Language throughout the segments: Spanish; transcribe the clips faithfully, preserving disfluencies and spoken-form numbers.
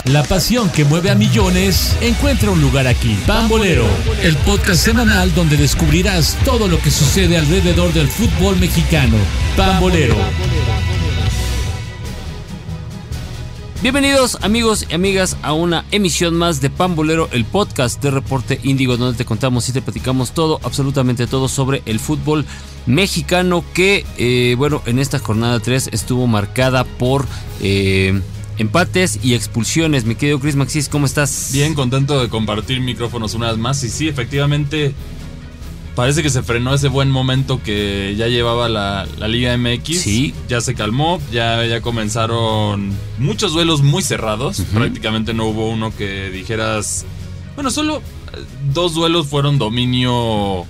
La pasión que mueve a millones encuentra un lugar aquí. Pambolero, el podcast semanal donde descubrirás todo lo que sucede alrededor del fútbol mexicano. Pambolero. Bienvenidos amigos y amigas a una emisión más de Pambolero, el podcast de Reporte Índigo, donde te contamos y te platicamos todo, absolutamente todo sobre el fútbol mexicano que, eh, bueno, en esta jornada tres estuvo marcada por eh, empates y expulsiones. Mi querido Chris Maxis, ¿cómo estás? Bien, contento de compartir micrófonos una vez más. Y sí, efectivamente, parece que se frenó ese buen momento que ya llevaba la, la Liga M X. Sí. Ya se calmó, ya, ya comenzaron muchos duelos muy cerrados. Uh-huh. Prácticamente no hubo uno que dijeras... Bueno, solo dos duelos fueron dominio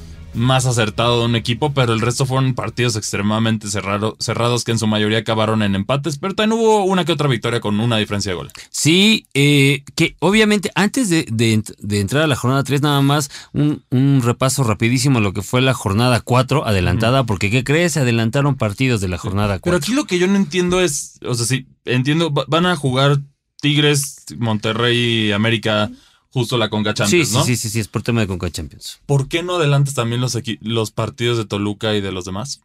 más acertado de un equipo, pero el resto fueron partidos extremadamente cerrado, cerrados que en su mayoría acabaron en empates, pero también hubo una que otra victoria con una diferencia de gol. Sí, eh, que obviamente antes de, de, de entrar a la jornada tres, nada más un, un repaso rapidísimo a lo que fue la jornada cuatro adelantada, uh-huh. porque ¿qué crees? Se adelantaron partidos de la jornada cuatro. Pero aquí lo que yo no entiendo es, o sea, sí, entiendo, van a jugar Tigres, Monterrey, América... Justo la Conca Champions, sí, ¿no? Sí, sí, sí, es por tema de Conca Champions. ¿Por qué no adelantas también los, equi- los partidos de Toluca y de los demás?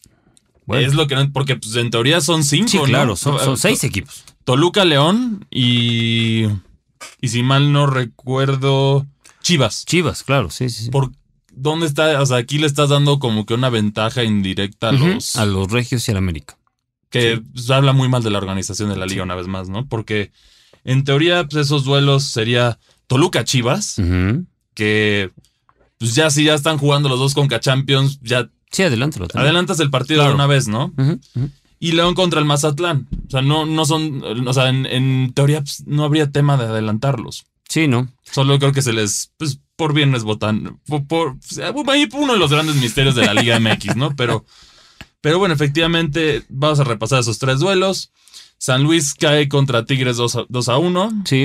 Bueno. Es lo que no... Porque pues, en teoría son cinco, sí, claro, ¿no? son, son seis equipos. Toluca, León y... Y si mal no recuerdo... Chivas. Chivas, claro, sí, sí. sí. ¿Por dónde está? O sea, aquí le estás dando como que una ventaja indirecta a uh-huh. los... A los regios y al América. Que sí. pues, habla muy mal de la organización de la liga, sí. Una vez más, ¿no? Porque en teoría pues, esos duelos sería... Toluca Chivas, uh-huh. que pues ya si ya están jugando los dos Conca Champions, ya sí, adelántalo. Adelantas el partido claro. de una vez, ¿no? Uh-huh. Uh-huh. Y León contra el Mazatlán. O sea, no, no son, o sea, en, en teoría pues, no habría tema de adelantarlos. Sí, ¿no? Solo creo que se les, pues, por bienes votan, por, por, ahí uno de los grandes misterios de la Liga M X, ¿no? Pero, pero bueno, efectivamente, vamos a repasar esos tres duelos. San Luis cae contra Tigres dos a uno. Sí.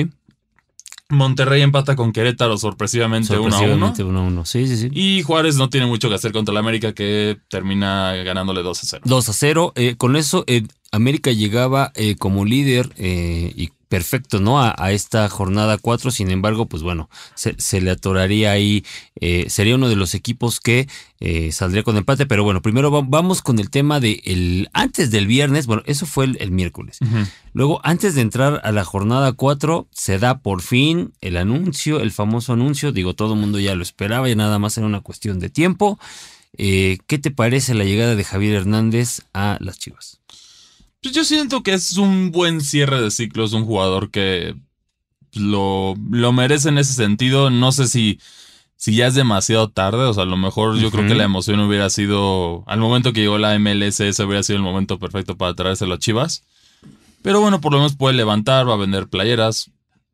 Monterrey empata con Querétaro sorpresivamente uno a uno. Sorpresivamente uno a uno, sí, sí, sí. Y Juárez no tiene mucho que hacer contra el América, que termina ganándole dos a cero. dos a cero. Eh, con eso, eh, América llegaba eh, como líder eh, y perfecto, ¿no? A, a esta jornada cuatro. Sin embargo, pues bueno, se, se le atoraría ahí. Eh, sería uno de los equipos que eh, saldría con empate. Pero bueno, primero va, vamos con el tema de el antes del viernes. Bueno, eso fue el, el miércoles. Uh-huh. Luego, antes de entrar a la jornada cuatro, se da por fin el anuncio, el famoso anuncio. Digo, todo el mundo ya lo esperaba y nada más era una cuestión de tiempo. Eh, ¿Qué te parece la llegada de Javier Hernández a las Chivas? Pues yo siento que es un buen cierre de ciclo, es un jugador que lo, lo merece en ese sentido. No sé si, si ya es demasiado tarde, o sea, a lo mejor yo uh-huh. creo que la emoción hubiera sido, al momento que llegó la M L S, ese hubiera sido el momento perfecto para traérselo a Chivas. Pero bueno, por lo menos puede levantar, va a vender playeras.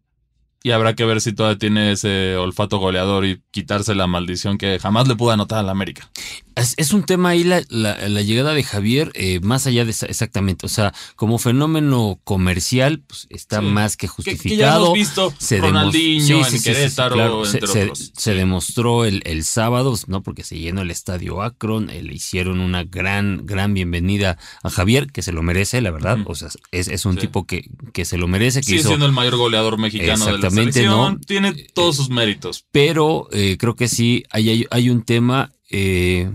Y habrá que ver si todavía tiene ese olfato goleador y quitarse la maldición que jamás le pudo anotar a la América. Es, es un tema ahí la, la, la llegada de Javier, eh, más allá de esa, exactamente, o sea, como fenómeno comercial, pues está sí. más que justificado. Que, que ya hemos visto se Ronaldinho demos- sí, en sí, Querétaro, sí, sí, claro. entre se, otros. Se, se demostró el, el sábado, ¿no? Porque se llenó el estadio Akron, eh, le hicieron una gran, gran bienvenida a Javier, que se lo merece, la verdad, uh-huh. o sea, es, es un sí. tipo que, que se lo merece. Que Sigue hizo, siendo el mayor goleador mexicano de la selección, ¿no? Tiene todos sus méritos. Pero eh, creo que sí, hay, hay, hay un tema... Eh,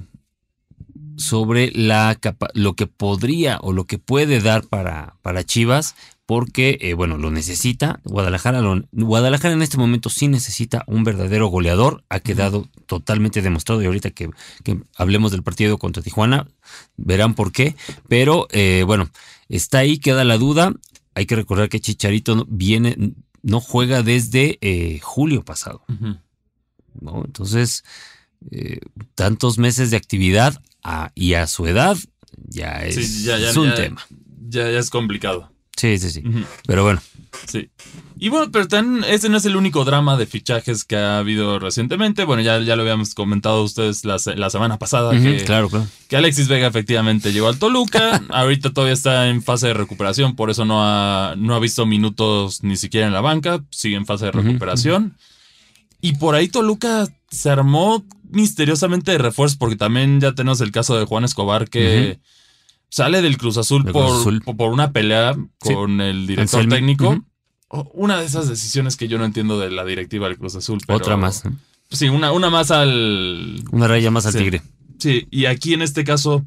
sobre la capa- lo que podría o lo que puede dar para, para Chivas, porque, eh, bueno, lo necesita. Guadalajara, lo, Guadalajara en este momento sí necesita un verdadero goleador. Ha quedado uh-huh. totalmente demostrado y ahorita que, que hablemos del partido contra Tijuana, verán por qué. Pero, eh, bueno, está ahí, queda la duda. Hay que recordar que Chicharito viene, no juega desde eh, julio pasado. Uh-huh. ¿No? Entonces, eh, tantos meses de actividad a, y a su edad ya es, sí, ya, ya, es un ya, tema. Ya, ya es complicado. Sí, sí, sí. Uh-huh. Pero bueno. Sí. Y bueno, pero también ese no es el único drama de fichajes que ha habido recientemente. Bueno, ya, ya lo habíamos comentado ustedes la, la semana pasada. Uh-huh, que, claro, claro. Que Alexis Vega efectivamente llegó al Toluca. Ahorita todavía está en fase de recuperación, por eso no ha, no ha visto minutos ni siquiera en la banca. Sigue en fase de recuperación. Uh-huh. Y por ahí Toluca se armó misteriosamente de refuerzos, porque también ya tenemos el caso de Juan Escobar, que uh-huh. sale del Cruz Azul, por, Cruz Azul. por, por una pelea con sí. el director Anselmi. técnico. Uh-huh. una de esas decisiones que yo no entiendo de la directiva del Cruz Azul. Pero, otra más, ¿no? Sí, una, una más al... Una raya más al sí, tigre. Sí, y aquí en este caso...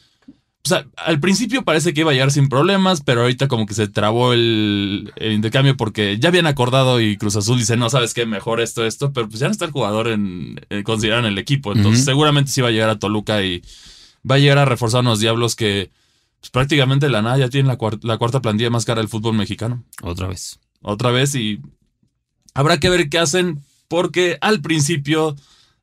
O sea, al principio parece que iba a llegar sin problemas, pero ahorita como que se trabó el, el intercambio porque ya habían acordado y Cruz Azul dice, no, ¿sabes qué? Mejor esto, esto, pero pues ya no está el jugador en, en considerar en el equipo. Entonces uh-huh. seguramente sí va a llegar a Toluca y va a llegar a reforzar a unos Diablos que pues, prácticamente de la nada ya tienen la, cuart- la cuarta plantilla más cara del fútbol mexicano. Otra vez. Otra vez y habrá que ver qué hacen porque al principio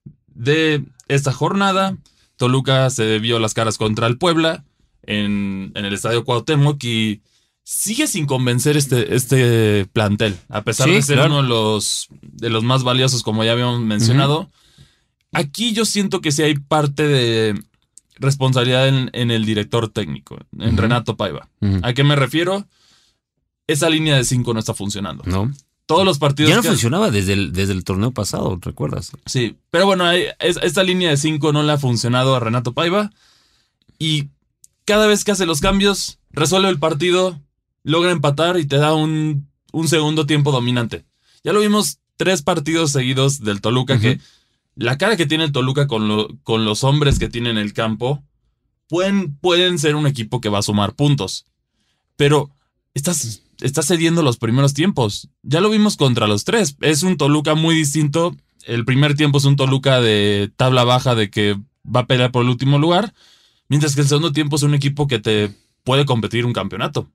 de esta jornada Toluca se vio las caras contra el Puebla en, en el Estadio Cuauhtémoc y sigue sin convencer este, este plantel, a pesar sí, de ser claro. uno de los, de los más valiosos, como ya habíamos mencionado. Uh-huh. Aquí yo siento que sí hay parte de responsabilidad en, en el director técnico, en uh-huh. Renato Paiva. Uh-huh. ¿A qué me refiero? Esa línea de cinco no está funcionando. No. Todos los partidos. Ya no que... funcionaba desde el, desde el torneo pasado, ¿recuerdas? Sí, pero bueno, hay, es, esta línea de cinco no le ha funcionado a Renato Paiva. Y cada vez que hace los cambios, resuelve el partido, logra empatar y te da un, un segundo tiempo dominante. Ya lo vimos tres partidos seguidos del Toluca, uh-huh. que la cara que tiene el Toluca con, lo, con los hombres que tiene en el campo, pueden, pueden ser un equipo que va a sumar puntos. Pero estás... está cediendo los primeros tiempos. Ya lo vimos contra los tres. Es un Toluca muy distinto. El primer tiempo es un Toluca de tabla baja, de que va a pelear por el último lugar, mientras que el segundo tiempo es un equipo que te puede competir un campeonato.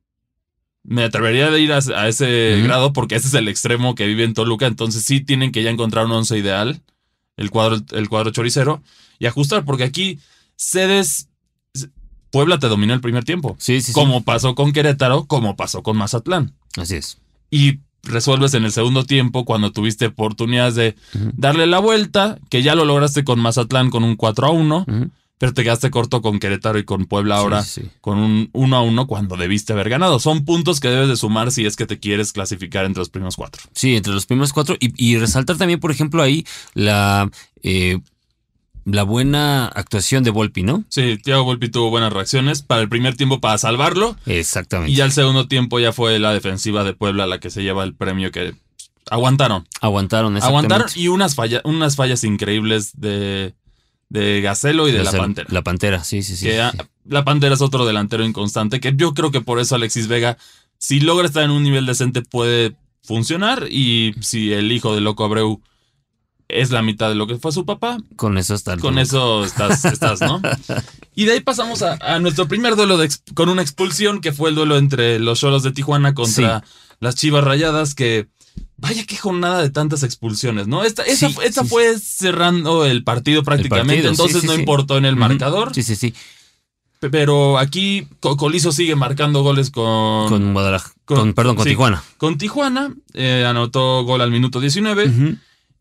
Me atrevería a ir a, a ese uh-huh. grado porque ese es el extremo que vive en Toluca. Entonces sí tienen que ya encontrar un once ideal, el cuadro, el cuadro choricero, y ajustar, porque aquí cedes... Puebla te dominó el primer tiempo. Sí, sí, como sí. pasó con Querétaro, como pasó con Mazatlán. Así es. Y resuelves en el segundo tiempo cuando tuviste oportunidades de uh-huh. darle la vuelta, que ya lo lograste con Mazatlán con un cuatro a uno, uh-huh. pero te quedaste corto con Querétaro y con Puebla ahora sí, sí. con un uno a uno cuando debiste haber ganado. Son puntos que debes de sumar si es que te quieres clasificar entre los primeros cuatro. Sí, entre los primeros cuatro. Y, y resaltar también, por ejemplo, ahí la... Eh, la buena actuación de Volpi, ¿no? Sí, Thiago Volpi tuvo buenas reacciones para el primer tiempo para salvarlo. Exactamente. Y ya el segundo tiempo ya fue la defensiva de Puebla la que se lleva el premio que aguantaron. Aguantaron, exactamente. Aguantaron y unas, falla, unas fallas increíbles de, de Gacelo y de Gacelo, la Pantera. La Pantera, sí, sí, sí. Que sí. La Pantera es otro delantero inconstante que yo creo que por eso Alexis Vega, si logra estar en un nivel decente, puede funcionar. Y si el hijo de Loco Abreu es la mitad de lo que fue su papá, con eso estás. Con eso estás, estás, ¿no? Y de ahí pasamos a, a nuestro primer duelo de, con una expulsión, que fue el duelo entre los Xolos de Tijuana contra sí. las Chivas Rayadas, que vaya qué jornada de tantas expulsiones, ¿no? Esta, esta, sí, esta sí, fue cerrando el partido prácticamente, el partido, entonces sí, sí, no sí. importó en el uh-huh. marcador. Sí, sí, sí. Pero aquí Colizo sigue marcando goles con... Con Guadalajara, con, con, perdón, con sí, Tijuana. Con Tijuana, eh, anotó gol al minuto diecinueve. Uh-huh.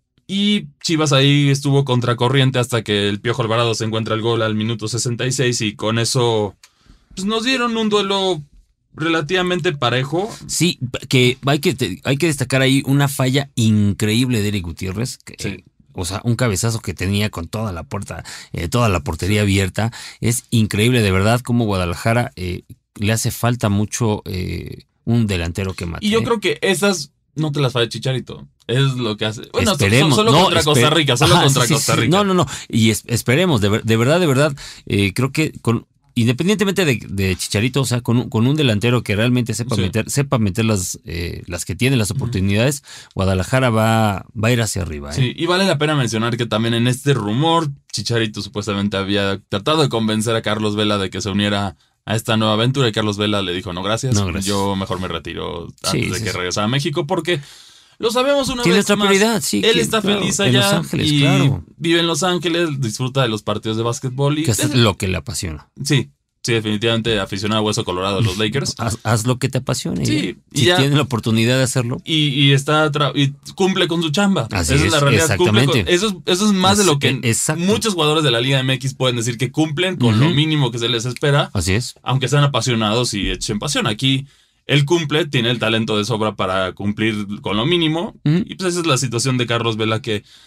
Y Chivas ahí estuvo contracorriente hasta que el Piojo Alvarado se encuentra el gol al minuto sesenta y seis y con eso pues nos dieron un duelo relativamente parejo. Sí, que hay que, hay que destacar ahí una falla increíble de Eric Gutiérrez. Que, sí. O sea, un cabezazo que tenía con toda la puerta, eh, toda la portería abierta. Es increíble, de verdad, cómo Guadalajara eh, le hace falta mucho eh, un delantero que mate. Y yo creo que esas no te las falla Chicharito. Es lo que hace. Bueno, esperemos. solo no, contra Costa Rica, solo Ajá, contra sí, Costa Rica. Sí, no, no, no. Y es, esperemos, de, de verdad, de verdad, eh, creo que con independientemente de, de Chicharito, o sea, con un, con un delantero que realmente sepa sí. meter, sepa meter las, eh, las que tiene, las oportunidades, uh-huh. Guadalajara va, va a ir hacia arriba. ¿eh? Sí, y vale la pena mencionar que también en este rumor, Chicharito supuestamente había tratado de convencer a Carlos Vela de que se uniera a esta nueva aventura y Carlos Vela le dijo, no, gracias, no, gracias. yo mejor me retiro antes sí, de sí, que sí. regresara a México porque... Lo sabemos una Tiene vez otra más. prioridad, sí. Él está claro, feliz allá en Los Ángeles, y claro. vive en Los Ángeles, disfruta de los partidos de básquetbol. Y que es lo que le apasiona. Sí, sí, definitivamente aficionado a hueso colorado de los Lakers. Haz, haz lo que te apasione. Sí. Si ya, tiene la oportunidad de hacerlo. Y, y está tra- y cumple con su chamba. Así Esa es, es la realidad. exactamente. Con, eso, es, eso es más es, de lo que exacto. muchos jugadores de la Liga M X pueden decir que cumplen con uh-huh. lo mínimo que se les espera. Así es. Aunque sean apasionados y echen pasión. Aquí... Él cumple, tiene el talento de sobra para cumplir con lo mínimo. Uh-huh. Y pues esa es la situación de Carlos Vela que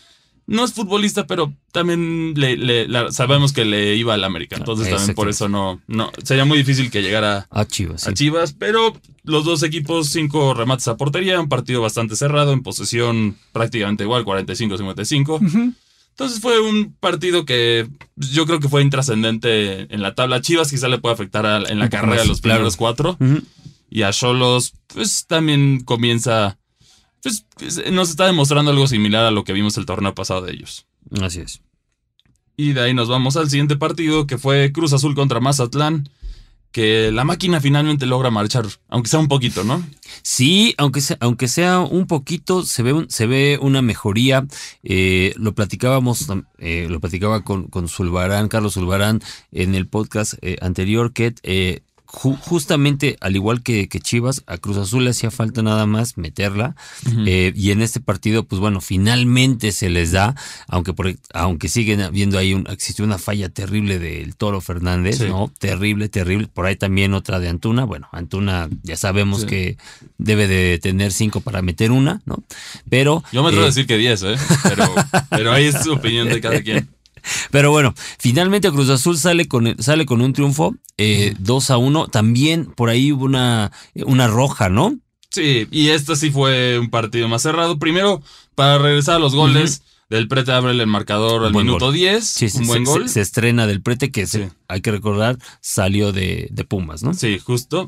no es futbolista, pero también le, le, la, sabemos que le iba al América. Entonces también por eso no, no sería muy difícil que llegara a Chivas. Sí. A Chivas, pero los dos equipos, cinco remates a portería, un partido bastante cerrado, en posesión prácticamente igual, cuarenta y cinco a cincuenta y cinco. Uh-huh. Entonces fue un partido que yo creo que fue intrascendente en la tabla. Chivas quizá le puede afectar a, en la carrera a los claro. primeros cuatro. Uh-huh. Y a Xolos, pues también comienza, pues nos está demostrando algo similar a lo que vimos el torneo pasado de ellos. Así es. Y de ahí nos vamos al siguiente partido, que fue Cruz Azul contra Mazatlán. Que la máquina finalmente logra marchar, aunque sea un poquito, ¿no? Sí, aunque sea, aunque sea un poquito, se ve, un, se ve una mejoría. Eh, lo platicábamos, eh, lo platicaba con, con Zulbarán, Carlos Zulbarán, en el podcast eh, anterior, que eh, ju, justamente, al igual que, que Chivas, a Cruz Azul le hacía falta nada más meterla. Uh-huh. Eh, y en este partido, pues bueno, finalmente se les da, aunque por, aunque siguen habiendo ahí, un, existió una falla terrible del Toro Fernández, sí. ¿no? Terrible, terrible. Por ahí también otra de Antuna. Bueno, Antuna ya sabemos sí. que debe de tener cinco para meter una, ¿no? Pero... Yo me atrevo eh, a decir que diez, ¿eh? Pero, pero ahí es su opinión de cada quien. Pero bueno, finalmente Cruz Azul sale con, sale con un triunfo, eh, dos a uno. También por ahí hubo una, una roja, ¿no? Sí, y este sí fue un partido más cerrado. Primero, para regresar a los goles, uh-huh. Del Prete abre el marcador al buen minuto gol. diez. Sí, sí, un buen se, gol. Se, se estrena Del Prete, que sí. se, hay que recordar, salió de, de Pumas, ¿no? Sí, justo.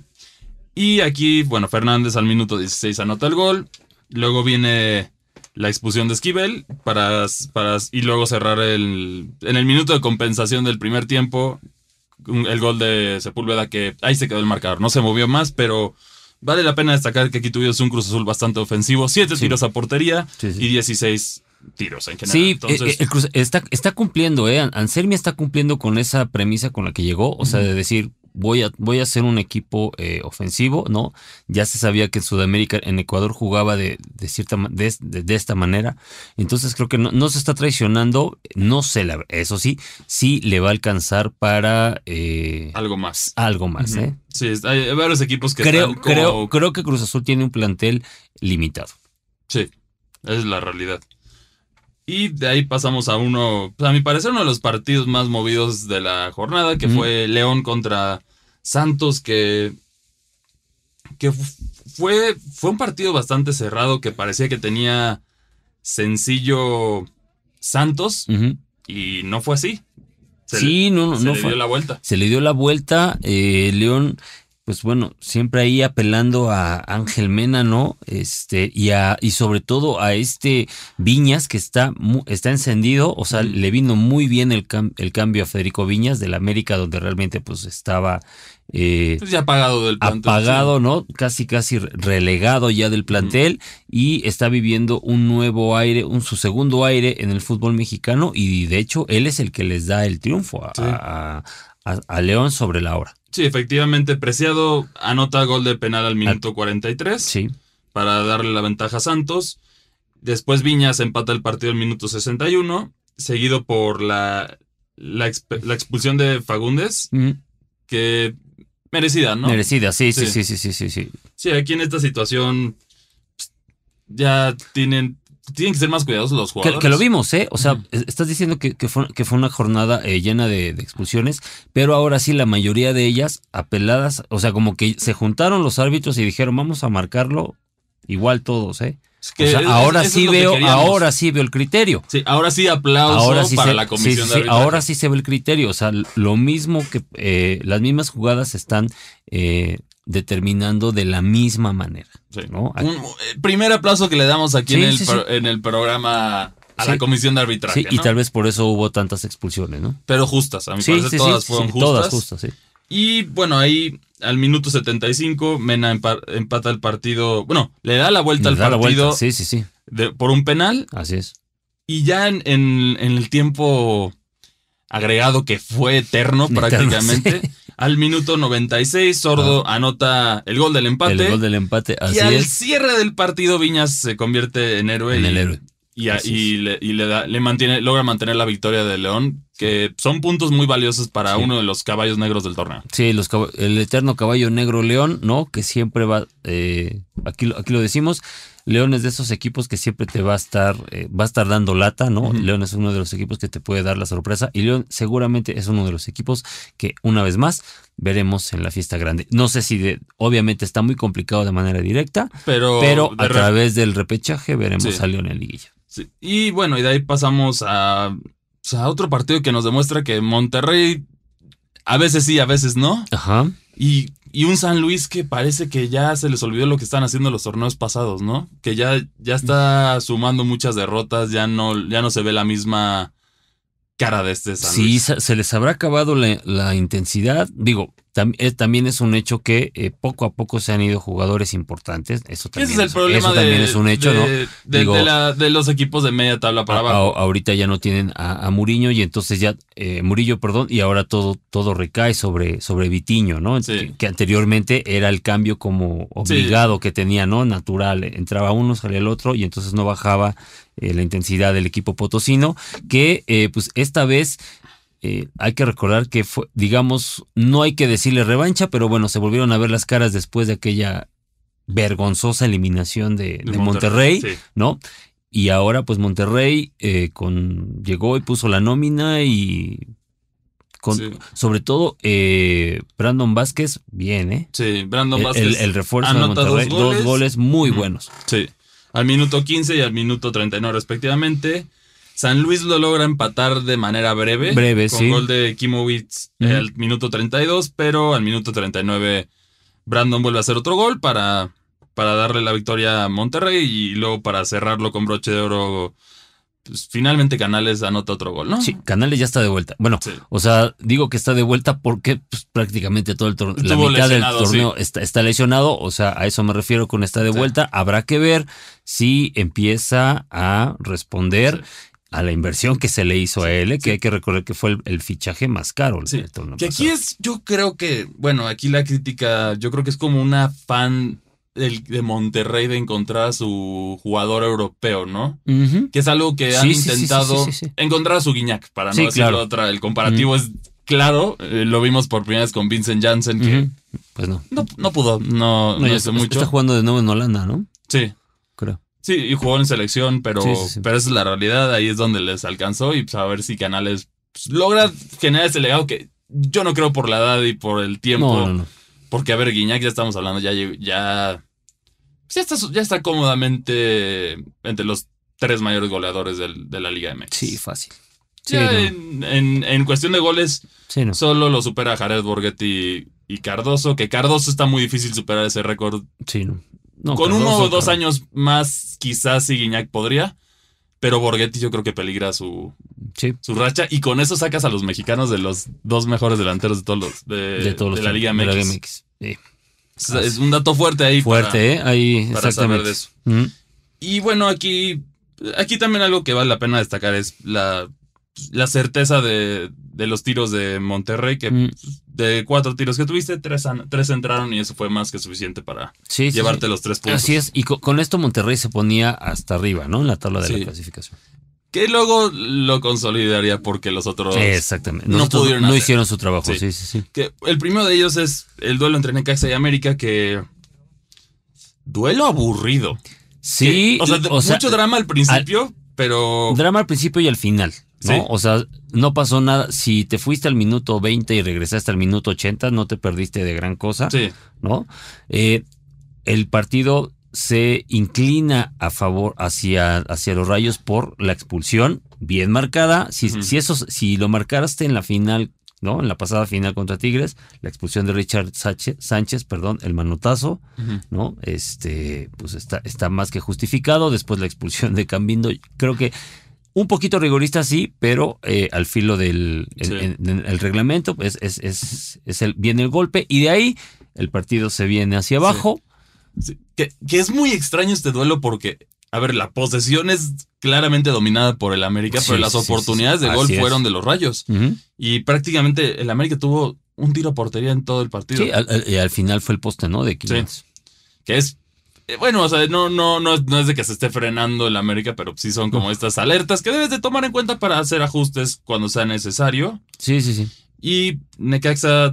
Y aquí, bueno, Fernández al minuto dieciséis anota el gol. Luego viene la expulsión de Esquivel para, para, y luego cerrar el... En el minuto de compensación del primer tiempo, el gol de Sepúlveda, que ahí se quedó el marcador. No se movió más, pero vale la pena destacar que aquí tuvimos un Cruz Azul bastante ofensivo. Siete sí. tiros a portería sí, sí. y dieciséis tiros en general. Sí, Entonces, eh, el Cruz está, está cumpliendo, ¿eh? Anselmi está cumpliendo con esa premisa con la que llegó, o uh-huh. sea, de decir... Voy a, voy a hacer un equipo eh, ofensivo, ¿no? Ya se sabía que en Sudamérica, en Ecuador jugaba de, de cierta de, de, de esta manera. Entonces creo que no, no se está traicionando. No sé, la, eso sí, sí le va a alcanzar para... Eh, algo más. Algo más, uh-huh. ¿eh? Sí, hay varios equipos que creo, están como... creo, creo que Cruz Azul tiene un plantel limitado. Sí, es la realidad. Y de ahí pasamos a uno, pues a mi parecer, uno de los partidos más movidos de la jornada, que mm. fue León contra Santos, que, que fue, fue un partido bastante cerrado, que parecía que tenía sencillo Santos, uh-huh. y no fue así. Se sí, le, no, no, se no le fue. dio la vuelta. Se le dio la vuelta, eh, León... Pues bueno, siempre ahí apelando a Ángel Mena, ¿no? Este, y a, y sobre todo a este Viñas, que está, está encendido, o sea, mm. le vino muy bien el, cam, el cambio a Federico Viñas del América, donde realmente pues estaba eh, pues ya apagado del plantel. Apagado, sí. ¿no? Casi, casi relegado ya del plantel, mm. y está viviendo un nuevo aire, un su segundo aire en el fútbol mexicano, y de hecho, él es el que les da el triunfo a, sí. a, a, a León sobre la hora. Sí, efectivamente, Preciado anota gol de penal al minuto cuarenta y tres sí. para darle la ventaja a Santos. Después Viñas empata el partido al minuto sesenta y uno, seguido por la, la, exp- la expulsión de Fagundes, mm. que merecida, ¿no? Merecida, sí, sí, sí, sí, sí, sí, sí. Sí, aquí en esta situación pues, ya tienen... Tienen que ser más cuidadosos los jugadores. Que, que lo vimos, ¿eh? O sea, uh-huh. estás diciendo que, que, fue, que fue una jornada eh, llena de, de expulsiones, pero ahora sí la mayoría de ellas apeladas, o sea, como que se juntaron los árbitros y dijeron, vamos a marcarlo igual todos, ¿eh? Es que o sea, es, ahora sí es veo, ahora sí veo el criterio. Sí, ahora sí aplauso ahora sí para se, la comisión sí, sí, de arbitraje. Ahora sí se ve el criterio, o sea, lo mismo que eh, las mismas jugadas están eh, determinando de la misma manera, sí. ¿no? Un eh, primer aplauso que le damos aquí sí, en, el sí, pro, sí. en el programa a sí. la comisión de arbitraje. Sí, y ¿no? tal vez por eso hubo tantas expulsiones, ¿no? Pero justas, a mi sí, parecer sí, todas sí, fueron sí, justas. Todas justas, sí. Y bueno, ahí al minuto setenta y cinco, Mena empa- empata el partido. Bueno, le da la vuelta le al da partido. La vuelta. Sí, sí, sí. De, por un penal. Así es. Y ya en, en, en el tiempo agregado, que fue eterno, eterno prácticamente. Sí. Al minuto noventa y seis, Sordo ah. anota el gol del empate. El gol del empate, así y al es. cierre del partido, Viñas se convierte en héroe. En y, el héroe. Y, a, y, le, y le, da, le mantiene, logra mantener la victoria de León, que son puntos muy valiosos para Sí. uno de los caballos negros del torneo. Sí, los cab- el eterno caballo negro León, ¿no? Que siempre va, eh, aquí, lo- aquí lo decimos, León es de esos equipos que siempre te va a estar, eh, va a estar dando lata, ¿no? Ujú. León es uno de los equipos que te puede dar la sorpresa y León seguramente es uno de los equipos que una vez más veremos en la fiesta grande. No sé si de, obviamente está muy complicado de manera directa, Pero, pero de a re- través del repechaje veremos Sí. a León en liguilla. sí. Y bueno, y de ahí pasamos a, pues, a otro partido que nos demuestra que Monterrey a veces sí, a veces no. Ajá. Y, y un San Luis que parece que ya se les olvidó lo que están haciendo los torneos pasados, ¿no? Que ya, ya está sumando muchas derrotas, ya no, ya no se ve la misma cara de este San Sí, Luis. se, se les habrá acabado la, la intensidad. Digo, tam- eh, también es un hecho que eh, poco a poco se han ido jugadores importantes. Eso también, Ese es el problema eso de, también es un hecho, de, ¿no? de- Digo, de la- de los equipos de media tabla para a- abajo. a- ahorita ya no tienen a, a Muriño y entonces ya eh, Murillo, perdón, y ahora todo todo recae sobre sobre Vitiño, ¿no? Sí. Que, que anteriormente era el cambio como obligado que tenía, ¿no? Natural, entraba uno, salía el otro y entonces no bajaba eh, la intensidad del equipo potosino, que eh, pues esta vez eh, hay que recordar que fue, digamos, no hay que decirle revancha, pero bueno, se volvieron a ver las caras después de aquella vergonzosa eliminación de, de Monterrey, Sí. ¿no? Y ahora pues Monterrey eh, con, llegó y puso la nómina y con, Sí. sobre todo eh, Brandon Vázquez, bien, ¿eh? Sí, Brandon El, Vázquez. el- el refuerzo de anota Monterrey, dos dos goles. goles, muy Ujú. buenos. Sí, al minuto quince y al minuto treinta y nueve respectivamente. San Luis lo logra empatar de manera breve. Breve, con sí. gol de Kimowitz Ujú. al minuto treinta y dos, pero al minuto treinta y nueve Brandon vuelve a hacer otro gol para, para darle la victoria a Monterrey y luego para cerrarlo con broche de oro. Pues, finalmente Canales anota otro gol, ¿no? Sí, Canales ya está de vuelta. Bueno, Sí. o sea, digo que está de vuelta porque pues, prácticamente todo el torneo, la Estuvo mitad lesionado, del torneo sí. está, está lesionado, o sea, a eso me refiero con está de Sí. vuelta. Habrá que ver si empieza a responder Sí. a la inversión que se le hizo a él, eh, que sí. hay que recordar que fue el, el fichaje más caro Sí, del torneo que aquí pasado. es, yo creo que, bueno, aquí la crítica, yo creo que es como una fan del- de Monterrey de encontrar a su jugador europeo, ¿no? Ujú. Que es algo que Sí, han sí, sí, sí, intentado sí, sí, sí. encontrar a su Guiñac, para no Sí, decirlo claro. otra. El comparativo es claro, eh, lo vimos por primera vez con Vincent Janssen, que Ujú. Pues no. no, no pudo, no, No, no ya hizo está, mucho. está jugando de nuevo en Holanda, ¿no? Sí, Creo. sí, y jugó en selección, pero, Sí, sí, sí. pero esa es la realidad, ahí es donde les alcanzó y pues a ver si Canales pues, logra generar ese legado que yo no creo por la edad y por el tiempo. No, no, no. Porque, a ver, Guiñac, ya estamos hablando, ya, llegó- ya, ya, está, ya está cómodamente entre los tres mayores goleadores del- de la Liga M X. Sí, fácil. Sí, Ya no. en, en- en cuestión de goles, Sí, no. solo lo supera Jared Borghetti y Cardoso, que Cardoso está muy difícil superar ese récord. Sí, no. No, Con uno Cardoso, o dos Cardoso. años más, quizás sí Guiñac podría, pero Borghetti yo creo que peligra su, Sí. su racha, y con eso sacas a los mexicanos de los dos mejores delanteros de todos los de, de todos los de la Liga de M X. la Liga M X. Sí. Es, es un dato fuerte ahí. Fuerte, para- ¿eh? Ahí, para exactamente. saber de eso. Ujú. Y bueno, aquí, aquí también algo que vale la pena destacar es la, la certeza de, de los tiros de Monterrey, que Mm. de cuatro tiros que tuviste, tres, an- tres entraron y eso fue más que suficiente para Sí, sí, llevarte sí. los tres puntos. Así es, y co- con esto Monterrey se ponía hasta arriba, ¿no? En la tabla de Sí. la clasificación. Que luego lo consolidaría porque los otros... Exactamente. no Nosotros pudieron no hacer. hicieron su trabajo, Sí. sí, sí, sí. Que el primero de ellos es el duelo entre Necaxa y América, que... Duelo aburrido. Sí, Que, o sea, o sea, mucho drama al principio, pero... drama al principio y al final, ¿no? Sí. O sea, no pasó nada. Si te fuiste al minuto veinte y regresaste al minuto ochenta, no te perdiste de gran cosa, Sí, ¿no? Eh, el partido se inclina a favor hacia, hacia los Rayos por la expulsión bien marcada. Si, Ujú. si, eso, si lo marcaste en la final, ¿no? En la pasada final contra Tigres, la expulsión de Richard Sánchez, Sánchez, perdón, el manotazo, Ujú. ¿no? Este, pues está, está más que justificado. Después la expulsión de Cambindo, creo que un poquito rigorista, sí, pero eh, al filo del el, Sí. en- en el reglamento, pues es, es, es el, viene el golpe y de ahí el partido se viene hacia abajo. Sí, Que, que es muy extraño este duelo porque, a ver, la posesión es claramente dominada por el América, Sí, pero las sí, sí, oportunidades sí, sí. de gol Así es. fueron de los Rayos. Ujú. Y prácticamente el América tuvo un tiro a portería en todo el partido. Sí, al, al- y al final fue el poste, ¿no? De Quiñones. Que es Eh, Bueno, o sea, no, no, no, es, no es de que se esté frenando el América, pero sí son como estas alertas que debes de tomar en cuenta para hacer ajustes cuando sea necesario. Sí, sí, sí. Y Necaxa,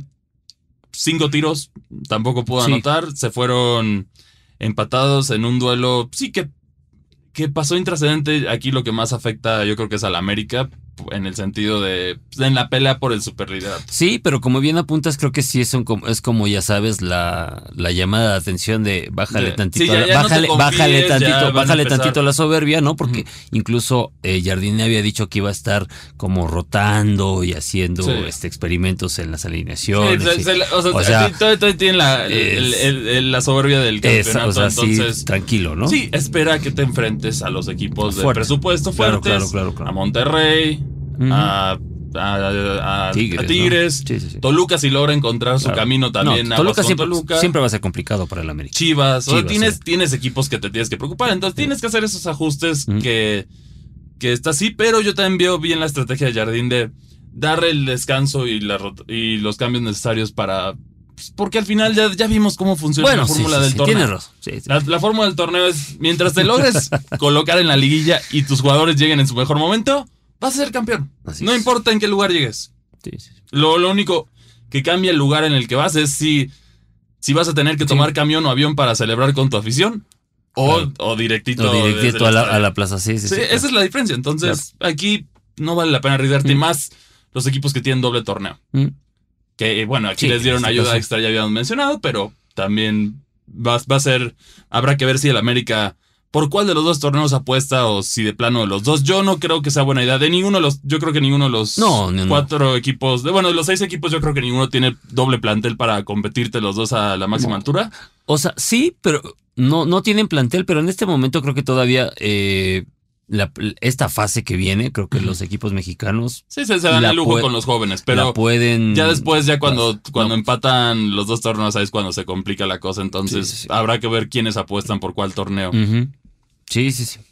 cinco tiros, tampoco pudo Sí. anotar. Se fueron empatados en un duelo, sí que, que pasó intrascendente. Aquí lo que más afecta yo creo que es al América, en el sentido de en la pelea por el superliderato. Sí, pero como bien apuntas, creo que sí es, un, como- es como, ya sabes, la, la llamada de atención de bájale De- tantito, sí, ya- a la- ya no te bájale, confíes, bájale ya tantito, van a bájale empezar. tantito la soberbia, ¿no? Porque Ujú. incluso eh, Jardine había dicho que iba a estar como rotando y haciendo Sí. este, experimentos en las Sí, alineaciones. se- y- se la- o sea, o sea, sí, todavía, todavía tienen la, el- es- el- el- la soberbia del es- campeonato. o sea, sí, entonces, tranquilo, ¿no? sí, espera que te enfrentes a los equipos de Fuerte. presupuesto Claro, fuertes, claro, claro, claro. a Monterrey, Ujú. a, a- a- Tigres, a ¿no? Tigres. Sí, sí, sí. Toluca si logra encontrar su Claro. camino también. No, aguas Toluca con siempre, Toluca. siempre va a ser complicado para el América. Chivas. O sea, Chivas, tienes, sí. tienes equipos que te tienes que preocupar. Entonces tienes que hacer esos ajustes Ujú. que, que está así. Pero yo también veo bien la estrategia de Jardín de darle el descanso y, la, rot- y los cambios necesarios para... pues, porque al final ya, ya vimos cómo funciona Bueno, la sí, fórmula sí, del sí, torneo. tienes razón. Sí, sí. La, la fórmula del torneo es, mientras te logres colocar en la liguilla y tus jugadores lleguen en su mejor momento, vas a ser campeón. Así No es. importa en qué lugar llegues. Sí, sí, sí. Lo, lo único que cambia el lugar en el que vas es si, si vas a tener que Sí. tomar camión o avión para celebrar con tu afición o, Claro. o directito, O directito desde a el la, estadio. a la plaza, sí, sí. Sí, sí, esa claro. es la diferencia. Entonces, aquí no vale la pena arriesgarte. Y Mm. más los equipos que tienen doble torneo. Mm. Que, bueno, aquí Sí, les dieron en este ayuda caso. extra, ya habíamos mencionado, pero también va, va a ser... Habrá que ver si el América... ¿Por cuál de los dos torneos apuesta o si de plano de los dos? Yo no creo que sea buena idea. De ninguno de los... Yo creo que ninguno de los No, no, no. cuatro equipos... De, bueno, de los seis equipos yo creo que ninguno tiene doble plantel para competirte los dos a la máxima No. altura. O sea, sí, pero no, no tienen plantel, pero en este momento creo que todavía eh, la- esta fase que viene, creo que Ujú. los equipos mexicanos Sí, se, se dan La el lujo pue- con los jóvenes, la pero... pueden... Ya después, ya cuando, No. cuando empatan los dos torneos, ahí es cuando se complica la cosa. Entonces, Sí, sí, sí. habrá que ver quiénes apuestan por cuál torneo. Ujú. Sí, sí, sí.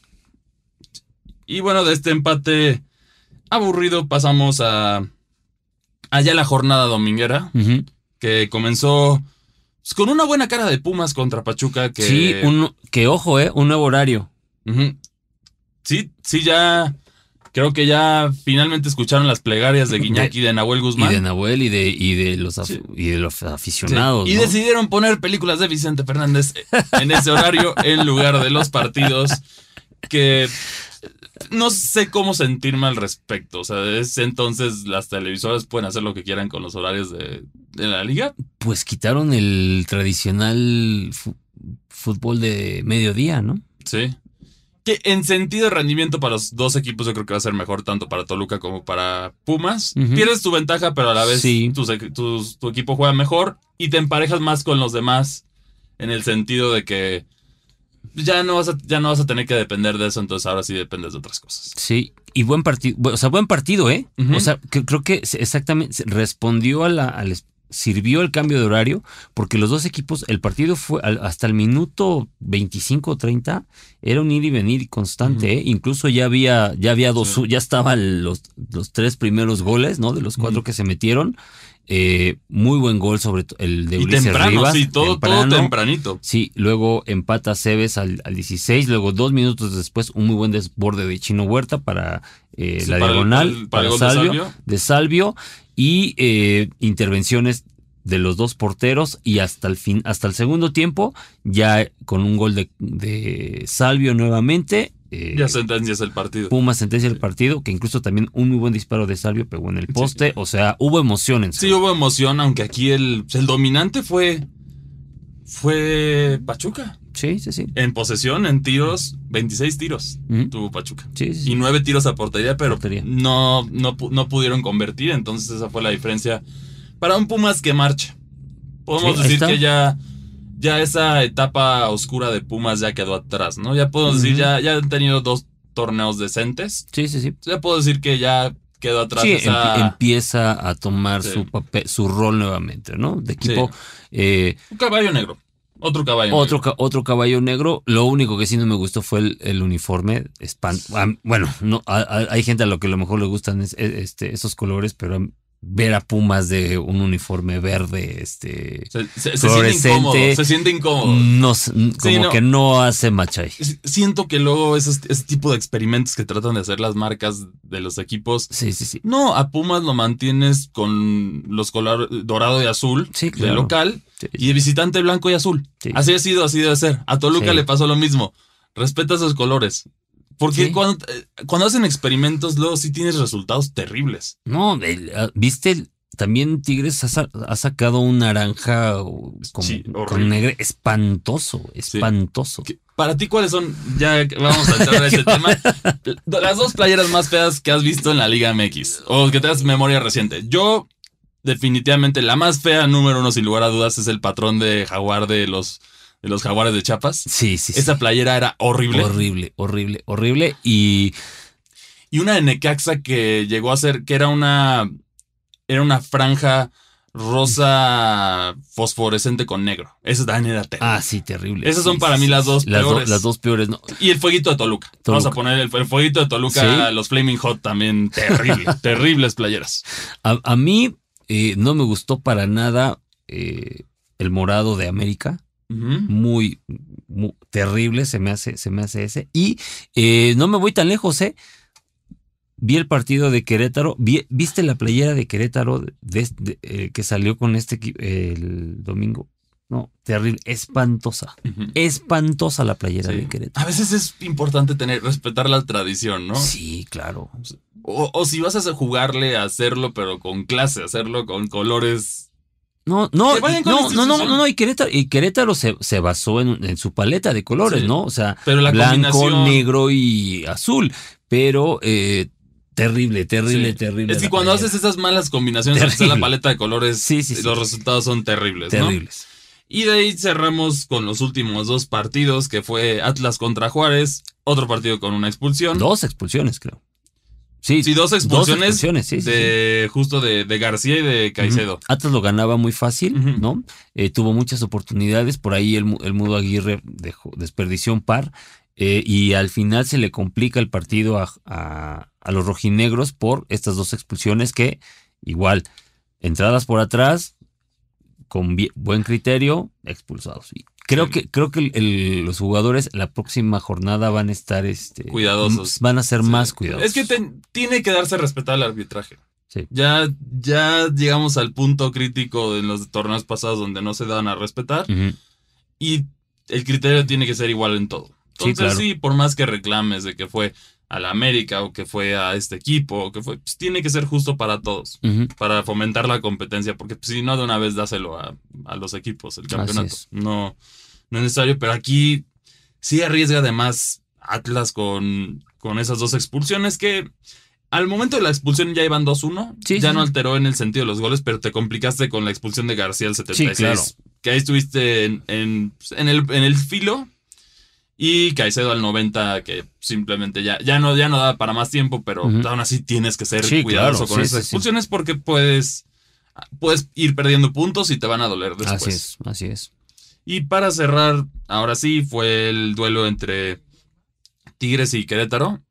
Y bueno, de este empate aburrido pasamos a allá la jornada dominguera, Ujú. que comenzó pues, con una buena cara de Pumas contra Pachuca. Que, Sí, un, que ojo, eh, un nuevo horario. Ujú. Sí, sí, ya creo que ya finalmente escucharon las plegarias de Guiñac y de Nahuel Y Guzmán. de Nahuel y de, y de los af- Sí. y de los Sí. aficionados. Y ¿no? decidieron poner películas de Vicente Fernández en ese horario en lugar de los partidos, que no sé cómo sentirme al respecto. O sea, es entonces las televisoras pueden hacer lo que quieran con los horarios de, de la liga. Pues quitaron el tradicional fu- fútbol de mediodía, ¿no? Sí. Que en sentido de rendimiento para los dos equipos yo creo que va a ser mejor tanto para Toluca como para Pumas. Ujú. Pierdes tu ventaja, pero a la vez Sí. tus equ- tus- tu equipo juega mejor y te emparejas más con los demás en el sentido de que ya no vas a, ya no vas a tener que depender de eso, entonces ahora sí dependes de otras cosas. Sí, y buen partido, o sea, buen partido, ¿eh? Ujú. O sea, que- creo que se- exactamente se respondió a la, al es- sirvió el cambio de horario, porque los dos equipos, el partido fue al- hasta el minuto veinticinco o treinta, era un ir y venir constante, Ujú. ¿eh? Incluso ya había, ya había dos, Sí. ya estaban los, los tres primeros goles, ¿no? De los cuatro Ujú. que se metieron. Eh, muy buen gol, sobre todo el de Y Ulises temprano, Rivas. sí, todo, todo temprano. tempranito. Sí, luego empata Cebes al, al dieciséis, luego dos minutos después un muy buen desborde de Chino Huerta para eh, Sí, la para el- diagonal, para el- para para, el gol de Salvio, Salvio. de Salvio y eh, intervenciones de los dos porteros y hasta el fin, hasta el segundo tiempo, ya con un gol de, de Salvio nuevamente. eh, Ya sentencias el partido. Pumas sentencia el partido, que incluso también un muy buen disparo de Salvio pegó en el poste, o sea, hubo emoción en Sí, hubo emoción, aunque aquí el, el dominante fue, fue Pachuca. sí, sí, sí. En posesión, en tiros, veintiséis tiros Ujú. tuvo Pachuca. Sí, sí, sí. Y nueve tiros a portería, pero Portería. No, no, pu- no pudieron convertir. Entonces esa fue la diferencia para un Pumas que marcha. Podemos Sí, ahí decir está. que ya, ya esa etapa oscura de Pumas ya quedó atrás, ¿no? Ya podemos decir, Ujú. ya, ya han tenido dos torneos decentes. Sí, sí, sí. Ya puedo decir que ya quedó atrás Sí, esa... empie- empieza a tomar Sí. su papel, su rol nuevamente, ¿no? De equipo. Sí. eh, Un caballo negro. Otro caballo otro, negro. ca- otro caballo negro. Lo único que sí no me gustó fue el, el uniforme. Espan- ah, bueno, no, a- a- hay gente a lo que a lo mejor le gustan es- es- este, esos colores, pero a, ver a Pumas de un uniforme verde, este, se, se, se siente incómodo, se siente incómodo. No, como sí, no. que no hace match ahí. Siento que luego esos, ese tipo de experimentos que tratan de hacer las marcas de los equipos. Sí, sí, sí. No, a Pumas lo mantienes con los colores dorado y azul sí, de claro. local sí. y de visitante blanco y azul. Sí. Así ha sido, así debe ser. A Toluca sí. le pasó lo mismo. Respeta esos colores. Porque sí. cuando, cuando hacen experimentos, luego sí tienes resultados terribles. No, viste, también Tigres ha, ha sacado un naranja con, sí, con negro espantoso, espantoso. Sí. Para ti, ¿cuáles son? Ya vamos a entrar a ese tema. Las dos playeras más feas que has visto en la Liga M X o que te das memoria reciente. Yo, definitivamente, la más fea, número uno, sin lugar a dudas, es el patrón de jaguar de los... de los Jaguares de Chiapas. Sí, sí, Esa sí. playera era horrible. Horrible, horrible, horrible. Y... y una de Necaxa que llegó a ser, que era una, era una franja rosa fosforescente con negro. Esa también era terrible. Ah, sí, terrible. Esas son sí, para sí, mí sí, las dos las peores. Do, las dos peores, no. Y el fueguito de Toluca. Toluca. Vamos a poner el, el fueguito de Toluca, ¿sí? Los Flaming Hot también terrible. Terribles playeras. A, a mí eh, no me gustó para nada eh, el morado de América. Uh-huh. Muy, muy terrible se me hace, se me hace ese. Y eh, no me voy tan lejos, ¿eh? Vi el partido de Querétaro. Vi, ¿Viste la playera de Querétaro de, de, de, eh, que salió con este eh, el domingo? No, terrible, espantosa. Uh-huh. Espantosa la playera sí. de Querétaro. A veces es importante tener, respetar la tradición, ¿no? Sí, claro. O, o si vas a jugarle a hacerlo, pero con clase, hacerlo con colores. No, no, no, no, no, no, no, y Querétaro, y Querétaro se, se basó en, en su paleta de colores, sí. ¿no? O sea, pero la blanco, negro y azul. Pero eh, terrible, terrible, sí. terrible. Es que cuando playera. haces esas malas combinaciones, hacer la paleta de colores, sí, sí, sí. los resultados son terribles, Terribles. ¿no? Y de ahí cerramos con los últimos dos partidos, que fue Atlas contra Juárez, otro partido con una expulsión. Dos expulsiones, creo. Sí, sí, dos expulsiones, dos expulsiones sí, de, sí, sí. justo de, de García y de Caicedo. Uh-huh. Atlas lo ganaba muy fácil, uh-huh. ¿no? Eh, tuvo muchas oportunidades, por ahí el, el Mudo Aguirre dejó, desperdició un par, eh, y al final se le complica el partido a, a, a los rojinegros por estas dos expulsiones que, igual, entradas por atrás, con bien, buen criterio, expulsados. Y creo sí. que, creo que el, el, los jugadores la próxima jornada van a estar este, cuidadosos. Van a ser sí. más cuidadosos. Es que te, tiene que darse a respetar el arbitraje. Sí. Ya, ya llegamos al punto crítico en los torneos pasados donde no se dan a respetar. Uh-huh. Y el criterio tiene que ser igual en todo. Entonces, sí, claro. sí, por más que reclames de que fue a la América o que fue a este equipo, o que fue, pues tiene que ser justo para todos, uh-huh. para fomentar la competencia, porque pues, si no, de una vez dáselo a, a los equipos, el campeonato. No, no es necesario, pero aquí sí arriesga además Atlas con, con esas dos expulsiones que al momento de la expulsión ya iban dos uno, sí, ya sí. no alteró en el sentido de los goles, pero te complicaste con la expulsión de García al setenta y seis, sí, claro. que ahí estuviste en, en, en, el, en el filo. Y Caicedo al noventa, que simplemente ya, ya, no, ya no da para más tiempo, pero uh-huh. aún así tienes que ser sí, cuidadoso claro, con sí, esas sí, expulsiones sí. porque puedes, puedes ir perdiendo puntos y te van a doler después. Así es, así es. Y para cerrar, ahora sí, fue el duelo entre Tigres y Querétaro,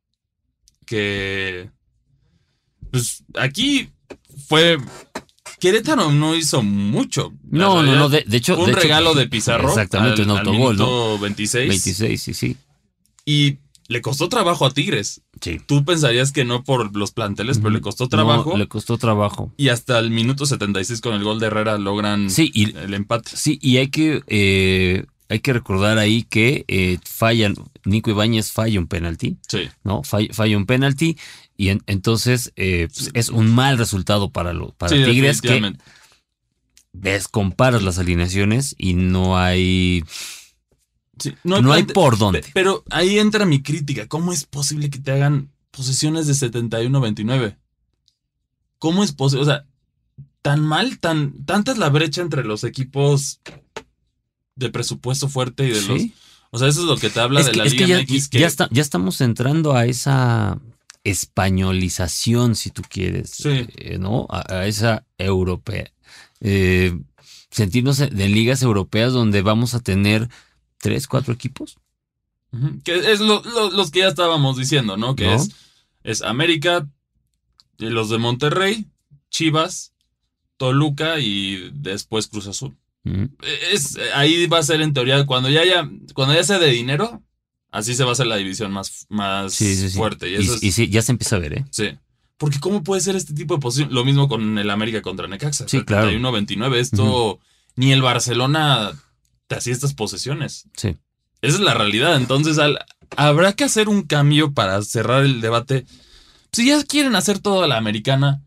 que pues aquí fue... Querétaro no hizo mucho. No, no, no, de, de hecho... Fue un de regalo hecho, de Pizarro. Exactamente, al, un autogol, ¿no? veintiséis. veintiséis, sí, sí. Y le costó trabajo a Tigres. Sí. Tú pensarías que no por los planteles, uh-huh. pero le costó trabajo. No, le costó trabajo. Y hasta el minuto setenta y seis con el gol de Herrera logran sí, y, el empate. Sí, y hay que... Eh, Hay que recordar ahí que eh, fallan, Nico Ibáñez falla un penalti, sí. ¿no? Falla, falla un penalti y en, entonces eh, pues, sí. es un mal resultado para, lo, para sí, Tigres que ves, comparas las alineaciones y no hay, sí, no hay, no hay por dónde. Pero ahí entra mi crítica. ¿Cómo es posible que te hagan posesiones de setenta y uno a veintinueve? ¿Cómo es posible? O sea, tan mal, tan tanta es la brecha entre los equipos de presupuesto fuerte y de ¿sí? los... O sea, eso es lo que te habla es de que, la es Liga que ya, M X. Que... Ya, está, ya estamos entrando a esa españolización, si tú quieres, sí. eh, ¿no? A, a esa europea. Eh, sentirnos en, en ligas europeas donde vamos a tener tres, cuatro equipos. Uh-huh. Que es lo, lo, los que ya estábamos diciendo, ¿no? Que ¿no? es, es América, los de Monterrey, Chivas, Toluca y después Cruz Azul. Uh-huh. Es, ahí va a ser en teoría, cuando ya haya, cuando ya sea de dinero, así se va a hacer la división más, más sí, sí, sí. fuerte. Y, y, eso es, y sí, ya se empieza a ver, ¿eh? Sí. Porque ¿cómo puede ser este tipo de posición? Lo mismo con el América contra Necaxa. Sí, claro. treinta y uno veintinueve. Esto, uh-huh. Ni el Barcelona te hacía estas posesiones. Sí. Esa es la realidad. Entonces, al, habrá que hacer un cambio para cerrar el debate. Si ya quieren hacer todo a la americana,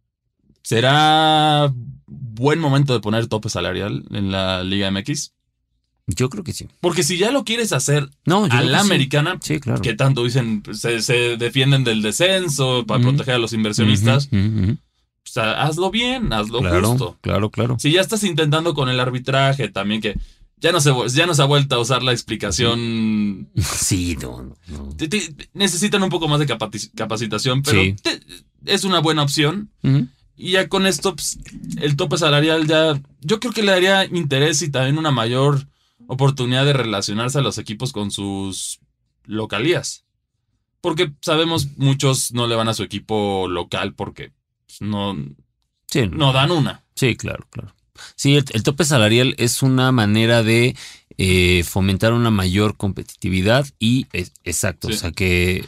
¿será buen momento de poner tope salarial en la Liga M X? Yo creo que sí. Porque si ya lo quieres hacer no, a la americana, sí. Sí, claro. Que tanto dicen, se, se defienden del descenso para uh-huh. proteger a los inversionistas, uh-huh. Uh-huh. O sea, hazlo bien, hazlo claro, justo. Claro, claro. Si ya estás intentando con el arbitraje también, que ya no se, ya no se ha vuelto a usar la explicación. Sí, no, no. Te, te, necesitan un poco más de capaci- capacitación, pero sí. te, es una buena opción. Uh-huh. Y ya con esto, pues, el tope salarial ya, yo creo que le daría interés y también una mayor oportunidad de relacionarse a los equipos con sus localías. Porque sabemos, muchos no le van a su equipo local porque pues, no, sí, no. no dan una. Sí, claro, claro. Sí, el, el tope salarial es una manera de eh, fomentar una mayor competitividad y, es, exacto, sí. O sea, que,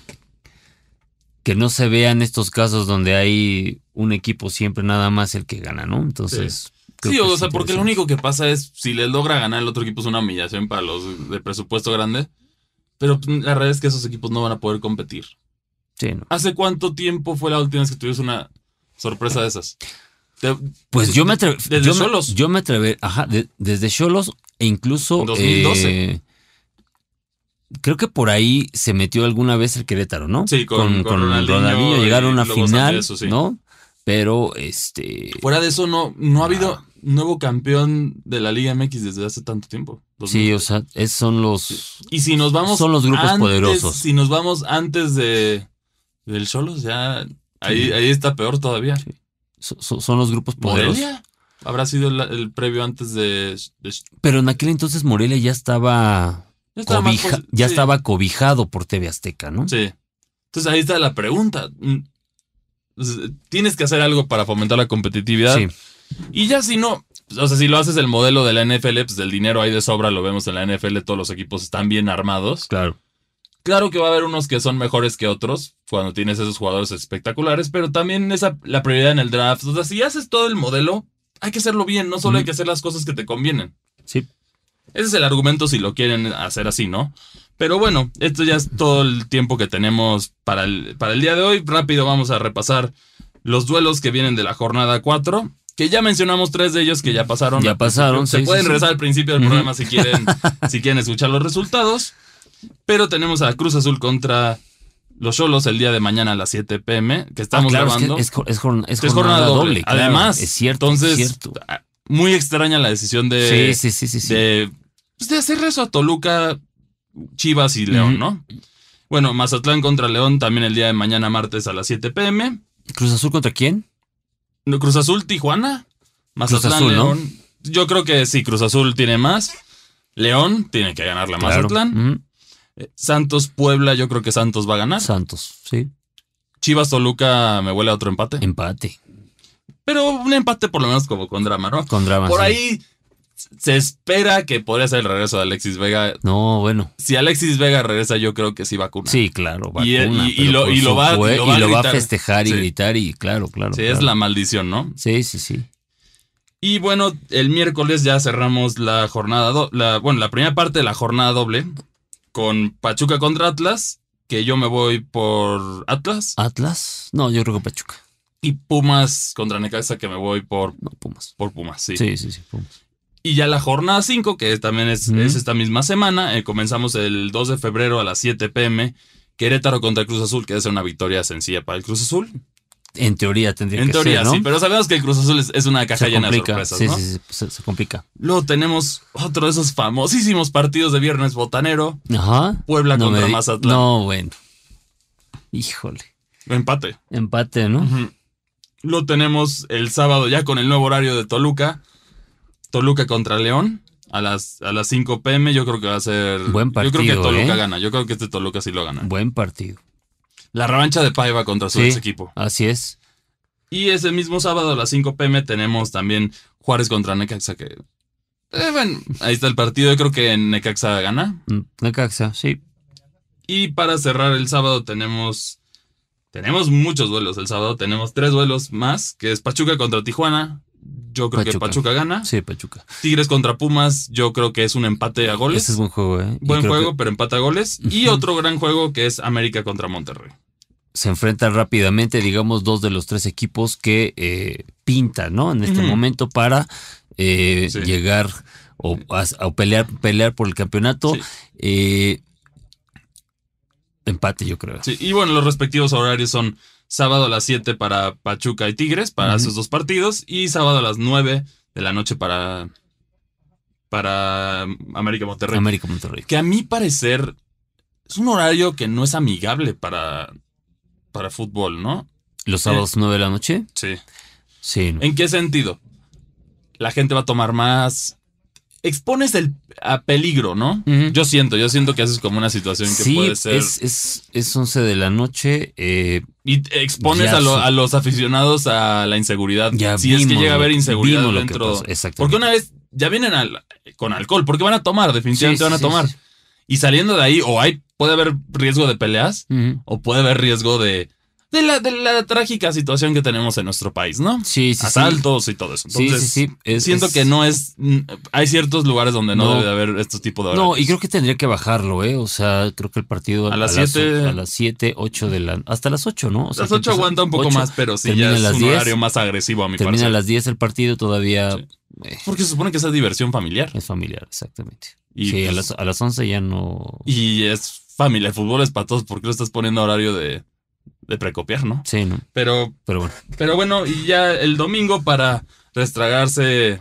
que no se vean estos casos donde hay un equipo siempre nada más el que gana, ¿no? Entonces... Sí. Sí, o sea, porque lo único que pasa es, si les logra ganar el otro equipo es una humillación para los de presupuesto grande, pero la realidad es que esos equipos no van a poder competir. Sí, no. ¿Hace cuánto tiempo fue la última vez que tuviste una sorpresa de esas? Te, pues de, yo me atrevo... Desde Xolos. Yo me atreví, ajá, de, desde Xolos e incluso... dos mil doce. Eh, creo que por ahí se metió alguna vez el Querétaro, ¿no? Sí, con, con, con Ronaldinho, Ronaldinho llegaron a una final, eso, sí. ¿no? Pero, este... Fuera de eso, no, no ha habido... Ah. Nuevo campeón de la Liga M X desde hace tanto tiempo. Sí, o sea, es, son los... Sí. Y si nos vamos... Son los grupos antes, poderosos. Si nos vamos antes de del Xolos, ya... Ahí, sí. ahí está peor todavía. Sí. So, son los grupos poderosos. ¿Morelia? Habrá sido el, el previo antes de, de... Pero en aquel entonces Morelia ya estaba... Ya, estaba, cobija, más, ya sí. estaba cobijado por T V Azteca, ¿no? Sí. Entonces ahí está la pregunta. Tienes que hacer algo para fomentar la competitividad. Sí. Y ya si no, o sea, si lo haces el modelo de la N F L, pues el dinero hay de sobra, lo vemos en la N F L, todos los equipos están bien armados. Claro. Claro que va a haber unos que son mejores que otros cuando tienes esos jugadores espectaculares, pero también esa la prioridad en el draft. O sea, si haces todo el modelo, hay que hacerlo bien, no solo mm. hay que hacer las cosas que te convienen. Sí. Ese es el argumento si lo quieren hacer así, ¿no? Pero bueno, esto ya es todo el tiempo que tenemos para el, para el día de hoy. Rápido vamos a repasar los duelos que vienen de la jornada cuatro. Que ya mencionamos tres de ellos que ya pasaron. Ya pasaron, Se sí, pueden sí, regresar sí. al principio del programa uh-huh. si quieren si quieren escuchar los resultados. Pero tenemos a Cruz Azul contra los Xolos el día de mañana a las siete pm, que estamos ah, claro, grabando. Es, que es, es, jornada, es, es jornada doble. doble claro, Además, es cierto, entonces, es cierto. muy extraña la decisión de, sí, sí, sí, sí, de, pues de hacer eso a Toluca, Chivas y León, uh-huh. ¿no? Bueno, Mazatlán contra León también el día de mañana martes a las siete pm. ¿Cruz Azul contra quién? No, Cruz Azul, Tijuana. Mazatlán, Cruz Azul, León. ¿no? Yo creo que sí, Cruz Azul tiene más. León tiene que ganar la claro. Mazatlán. Uh-huh. eh, Santos, Puebla, yo creo que Santos va a ganar. Santos, sí. Chivas, Toluca, me huele a otro empate. Empate. Pero un empate por lo menos como con drama, ¿no? Con drama, Por sí. ahí se espera que podría ser el regreso de Alexis Vega. No, bueno. Si Alexis Vega regresa, yo creo que sí vacuna. Sí, claro, vacuna. Y, y, y, lo, y, lo, va, fue, y lo va y a lo gritar. va a festejar y sí. gritar y claro, claro. Sí, claro. es la maldición, ¿no? Sí, sí, sí. Y bueno, el miércoles ya cerramos la jornada, do- la, bueno, la primera parte de la jornada doble con Pachuca contra Atlas, que yo me voy por Atlas. ¿Atlas? No, yo creo que Pachuca. Y Pumas contra Necaxa, que me voy por, no, Pumas. por Pumas, sí. Sí, sí, sí, Pumas. Y ya la jornada cinco, que también es, Mm. es esta misma semana, eh, comenzamos el dos de febrero a las siete pm, Querétaro contra Cruz Azul, que debe ser una victoria sencilla para el Cruz Azul. En teoría tendría En que teoría, ser, ¿no? sí, pero sabemos que el Cruz Azul es, es una caja se llena complica. de sorpresas, sí, ¿no? sí, sí, se, se complica. Luego tenemos otro de esos famosísimos partidos de viernes botanero. Ajá. Puebla no contra me... Mazatlán. No, bueno. Híjole. Empate. Empate, ¿no? Uh-huh. Lo tenemos el sábado ya con el nuevo horario de Toluca. Toluca contra León a las, a las cinco pm. Yo creo que va a ser... Buen partido, Yo creo que Toluca ¿eh? gana. Yo creo que este Toluca sí lo gana. Buen partido. La revancha de Paiva contra su sí, ex equipo. Así es. Y ese mismo sábado a las cinco pm tenemos también Juárez contra Necaxa, que... Eh, bueno, ahí está el partido. Yo creo que Necaxa gana. Necaxa, sí. Y para cerrar el sábado tenemos... Tenemos muchos duelos el sábado. Tenemos tres duelos más, que es Pachuca contra Tijuana. Yo creo Pachuca. que Pachuca gana. Sí, Pachuca. Tigres contra Pumas, yo creo que es un empate a goles. Ese es buen juego, ¿eh? Buen juego, que... pero empate a goles. Uh-huh. Y otro gran juego que es América contra Monterrey. Se enfrentan rápidamente, digamos, dos de los tres equipos que eh, pintan, ¿no? En este uh-huh. momento para eh, sí. llegar o, a, a pelear, pelear por el campeonato. Sí. Eh, empate, yo creo. Sí, y bueno, los respectivos horarios son sábado a las siete para Pachuca y Tigres, para uh-huh. esos dos partidos, y sábado a las nueve de la noche para, para América Monterrey. América Monterrey. Que a mi parecer es un horario que no es amigable para, para fútbol, ¿no? ¿Los sábados eh, nueve de la noche? Sí. Sí. ¿no? ¿En qué sentido? La gente va a tomar más... Expones el, a peligro, ¿no? Uh-huh. Yo siento, yo siento que haces como una situación que sí, puede ser... es, es, es once de la noche. Eh, y expones a, lo, a los aficionados a la inseguridad. Ya si es que llega a haber inseguridad dentro... Porque una vez ya vienen al, con alcohol, porque van a tomar, definitivamente sí, van a sí, tomar. Sí, sí. Y saliendo de ahí, o hay puede haber riesgo de peleas, uh-huh. o puede haber riesgo de... De la, de la trágica situación que tenemos en nuestro país, ¿no? Sí, sí. Asaltos sí. y todo eso. Entonces, sí, sí, sí. Es, siento es... que no es... Hay ciertos lugares donde no, no debe de haber estos tipos de horarios. No, y creo que tendría que bajarlo, ¿eh? O sea, creo que el partido... A las siete... A las siete, ocho de la... Hasta las ocho, ¿no? O sea, las ocho aguanta un poco ocho, más, pero sí ya es un diez, horario más agresivo a mi parecer. Termina a las diez el partido todavía... Sí. Eh. Porque se supone que esa es diversión familiar. Es familiar, exactamente. Y sí, pues, a, las, a las once ya no... Y es familia, el fútbol es para todos. ¿Por qué lo estás poniendo a horario de... de precopiar, ¿no? Sí, ¿no? Pero, pero bueno. Pero bueno, y ya el domingo para restragarse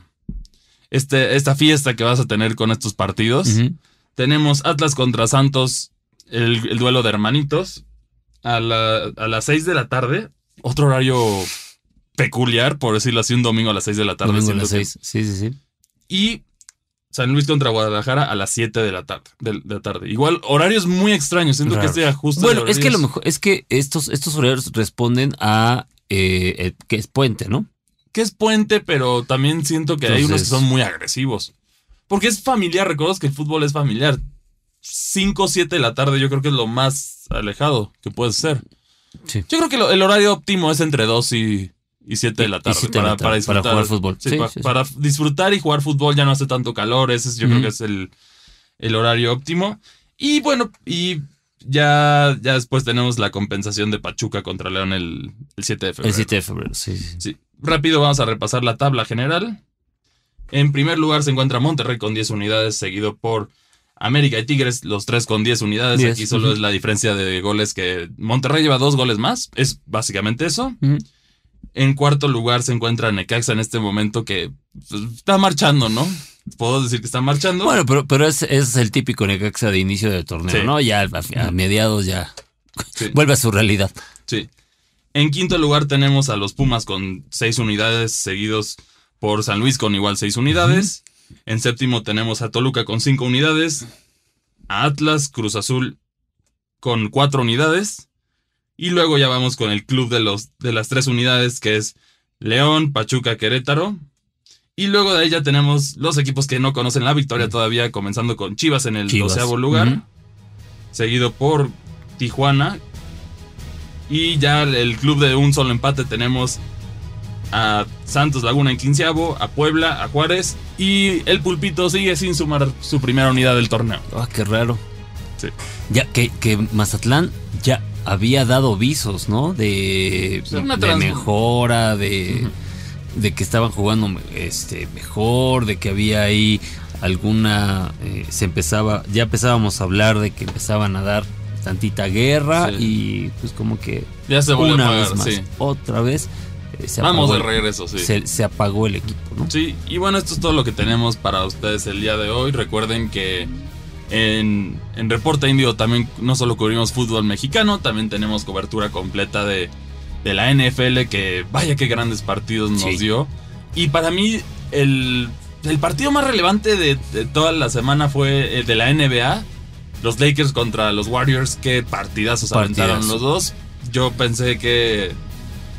este, esta fiesta que vas a tener con estos partidos, uh-huh. tenemos Atlas contra Santos, el, el duelo de hermanitos, a, la, a las seis de la tarde. Otro horario peculiar, por decirlo así, un domingo a las seis de la tarde. Domingo a las seis, sí, sí, sí. Y San Luis contra Guadalajara a las siete de la tarde. De, de la tarde. Igual, horarios muy extraños. Siento claro. que este ajuste. Bueno, es que lo mejor, es que estos, estos horarios responden a eh, eh, que es puente, ¿no? Que es puente, pero también siento que Entonces, hay unos que son muy agresivos. Porque es familiar, recuerdas que el fútbol es familiar. cinco o siete de la tarde, yo creo que es lo más alejado que puede ser. Sí. Yo creo que lo, el horario óptimo es entre dos y. Y siete de la tarde, para, la tarde para disfrutar. Para jugar fútbol. Sí, sí, para, sí, sí. para disfrutar y jugar fútbol ya no hace tanto calor. Ese es, yo mm. creo que es el, el horario óptimo. Y bueno, y ya, ya después tenemos la compensación de Pachuca contra León el, el siete de febrero. El siete de febrero, sí, sí. sí. Rápido vamos a repasar la tabla general. En primer lugar se encuentra Monterrey con diez unidades, seguido por América y Tigres, los tres con diez unidades. diez. Aquí solo uh-huh. es la diferencia de goles que Monterrey lleva dos goles más. Es básicamente eso. Uh-huh. En cuarto lugar se encuentra Necaxa en este momento que pues, está marchando, ¿no? Puedo decir que está marchando. Bueno, pero, pero es, es el típico Necaxa de inicio del torneo, sí. ¿no? Ya a, a mediados ya sí. vuelve a su realidad. Sí. En quinto lugar tenemos a los Pumas con seis unidades, seguidos por San Luis con igual seis unidades. Uh-huh. En séptimo tenemos a Toluca con cinco unidades, a Atlas, Cruz Azul con cuatro unidades. Y luego ya vamos con el club de, los, de las tres unidades, que es León, Pachuca, Querétaro. Y luego de ahí ya tenemos los equipos que no conocen la victoria todavía, comenzando con Chivas en el Chivas. doceavo lugar, Uh-huh. seguido por Tijuana. Y ya el club de un solo empate tenemos a Santos Laguna en quinceavo, a Puebla, a Juárez. Y el Pulpito sigue sin sumar su primera unidad del torneo. Ah, qué raro. Sí. Ya que, que Mazatlán ya había dado visos, ¿no? De, de mejora, de, uh-huh. de que estaban jugando este, mejor, de que había ahí alguna... Eh, se empezaba, ya empezábamos a hablar de que empezaban a dar tantita guerra sí. y pues como que... Ya se volvió una a pagar, vez más, sí. otra vez... Eh, se Vamos apagó de regreso, sí. Se, se apagó el equipo, ¿no? Sí, y bueno, esto es todo lo que tenemos para ustedes el día de hoy. Recuerden que... En, en Reporte Indio también no solo cubrimos fútbol mexicano, también tenemos cobertura completa de, de la N F L, que vaya que grandes partidos nos sí. dio. Y para mí el, el partido más relevante de, de toda la semana fue el de la N B A. Los Lakers contra los Warriors, qué partidazos aventaron los dos. Yo pensé que,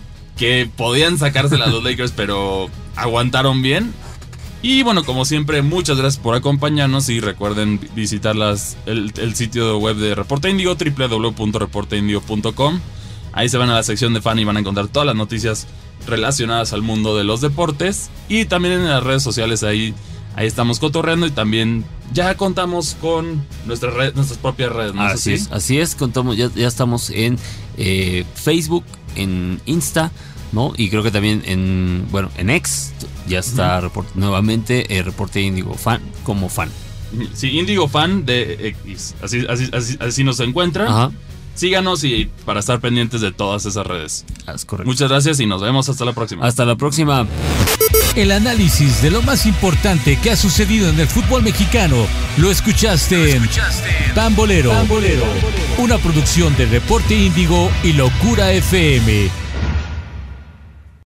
que podían sacársela a los Lakers, pero aguantaron bien. Y bueno, como siempre, muchas gracias por acompañarnos y recuerden visitar las, el, el sitio web de Reporte Índigo, doble u doble u doble u punto reporte índigo punto com. Ahí se van a la sección de fan y van a encontrar todas las noticias relacionadas al mundo de los deportes. Y también en las redes sociales ahí, ahí estamos cotorreando y también ya contamos con nuestras redes, nuestras propias redes, ¿no? Así es, así es, contamos, ya, ya estamos en eh, Facebook, en Insta, ¿no? Y creo que también en, bueno, en X ya está uh-huh. report, nuevamente eh, Reporte Índigo Fan como fan. Sí, Índigo Fan de X, así, así, así, así nos encuentran. Ajá. Síganos y para estar pendientes de todas esas redes. Es correcto. Muchas gracias y nos vemos hasta la próxima. Hasta la próxima. El análisis de lo más importante que ha sucedido en el fútbol mexicano lo escuchaste, lo escuchaste en Pambolero, Pambolero, una producción de Reporte Índigo y Locura F M.